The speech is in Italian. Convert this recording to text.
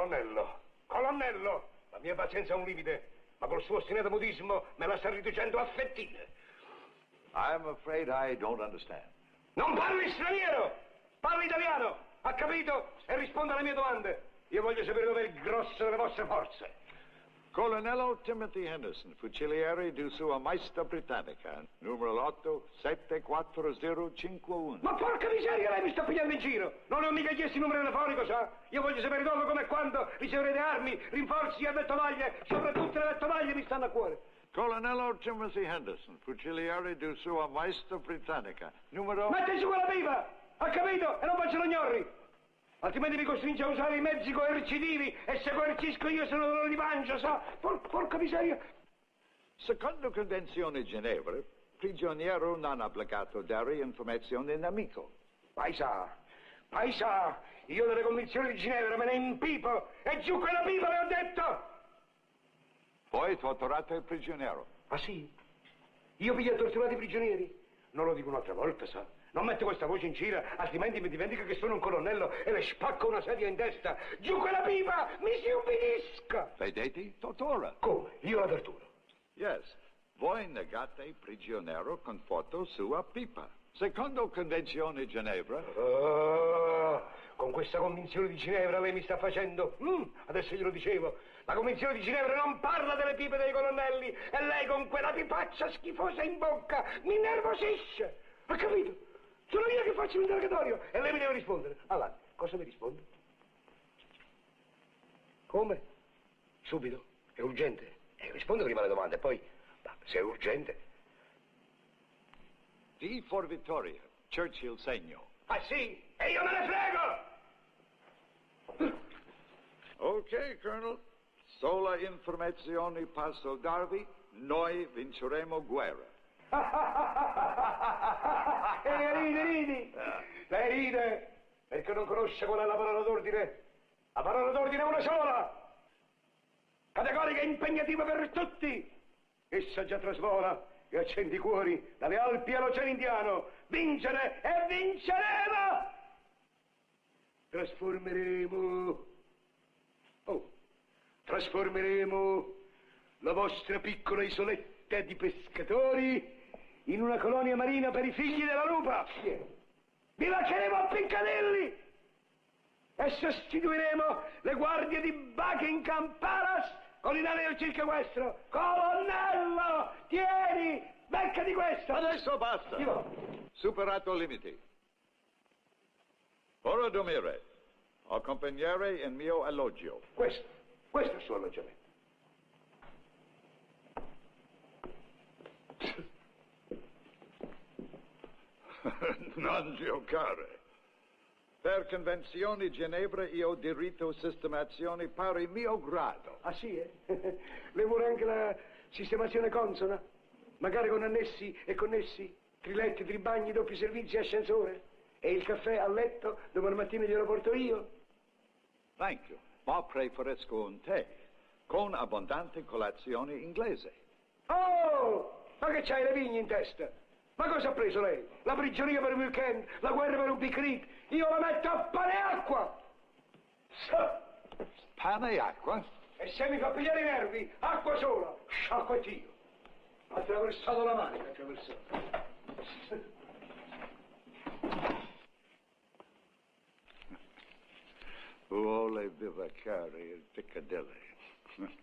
colonnello, colonnello, la mia pazienza ha un limite, ma col suo ostinato mutismo me la sta riducendo a fettine. I'm afraid I don't understand. Non parli straniero, parli italiano, ha capito? E risponda alle mie domande. Io voglio sapere dov'è il grosso delle vostre forze. Colonnello Timothy Henderson, fuciliere di Sua Maestà Britannica, numero 87401. Ma porca miseria, lei mi sta pigliando in giro! Non ho mica chiesto il numero telefonico, sa? Io voglio sapere dove, come e quando riceverete armi, rinforzi e vettovaglie, soprattutto le vettovaglie mi stanno a cuore. Colonnello Timothy Henderson, fuciliere di Sua Maestà Britannica, numero... Metti su quella pipa! Ha capito? E non faccio gnorri! Altrimenti mi costringe a usare i mezzi coercitivi e se coercisco io sono dolore di pancia, sa? Porca miseria! Secondo Convenzione Ginevra, prigioniero non obbligato dare informazioni nemico. Paisa, io delle convenzioni di Ginevra me ne impipo e giù quella pipa le ho detto! Poi torturate il prigioniero. Ah sì? Io piglio torturati i prigionieri? Non lo dico un'altra volta, sa? Non metto questa voce in giro, altrimenti mi dimentico che sono un colonnello e le spacco una sedia in testa. Giù quella pipa, mi si ubbidisca! Vedete? Tortura. Come? Io la torturo? Yes. Voi negate il prigioniero con foto sua pipa. Secondo Convenzione Ginevra... Con questa Convenzione di Ginevra lei mi sta facendo... adesso glielo dicevo. La Convenzione di Ginevra non parla delle pipe dei colonnelli e lei con quella pipaccia schifosa in bocca mi nervosisce. Ha capito? Sono io che faccio l'interrogatorio e lei mi deve rispondere. Allora, cosa mi risponde? Come? Subito? È urgente? Rispondo prima alle domande, poi, se è urgente... D for Vittoria, Churchill segno. Ah sì? E io me ne frego! Ok, Colonel. Sola informazione posso darvi, noi vinceremo guerra. Ridi! Lei ride perché non conosce qual è la parola d'ordine. La parola d'ordine è una sola, categorica e impegnativa per tutti. Essa già trasvola e accende i cuori dalle Alpi all'Oceano Indiano. Vincere e vinceremo! Trasformeremo la vostra piccola isoletta di pescatori in una colonia marina per i figli della lupa. Vi lasceremo a Piccadilly e sostituiremo le guardie di Buckingham Palace con i nani del Circo Equestro. Colonnello, tieni, becca di questo. Adesso basta. Superato il limite. Ora dormire. Accompagnare il mio alloggio. Questo è il suo alloggiamento. Non giocare. Per Convenzione Ginevra io ho diritto a sistemazione pari mio grado. Ah sì, eh? Le vuole anche la sistemazione consona? Magari con annessi e connessi? Triletti, tribagni, doppi servizi, ascensore? E il caffè a letto domani mattina glielo porto io? Thank you. Ma preferisco un tè con abbondante colazione inglese. Oh! Ma che c'hai le vigne in testa? Ma cosa ha preso lei? La prigionia per un weekend? La guerra per un picnic? Io la metto a pane e acqua! Pane e acqua? E se mi fa pigliare i nervi, acqua sola! Sciacquettino! Ha attraversato la manica, attraversato. Vuole bivaccare il Piccadilly.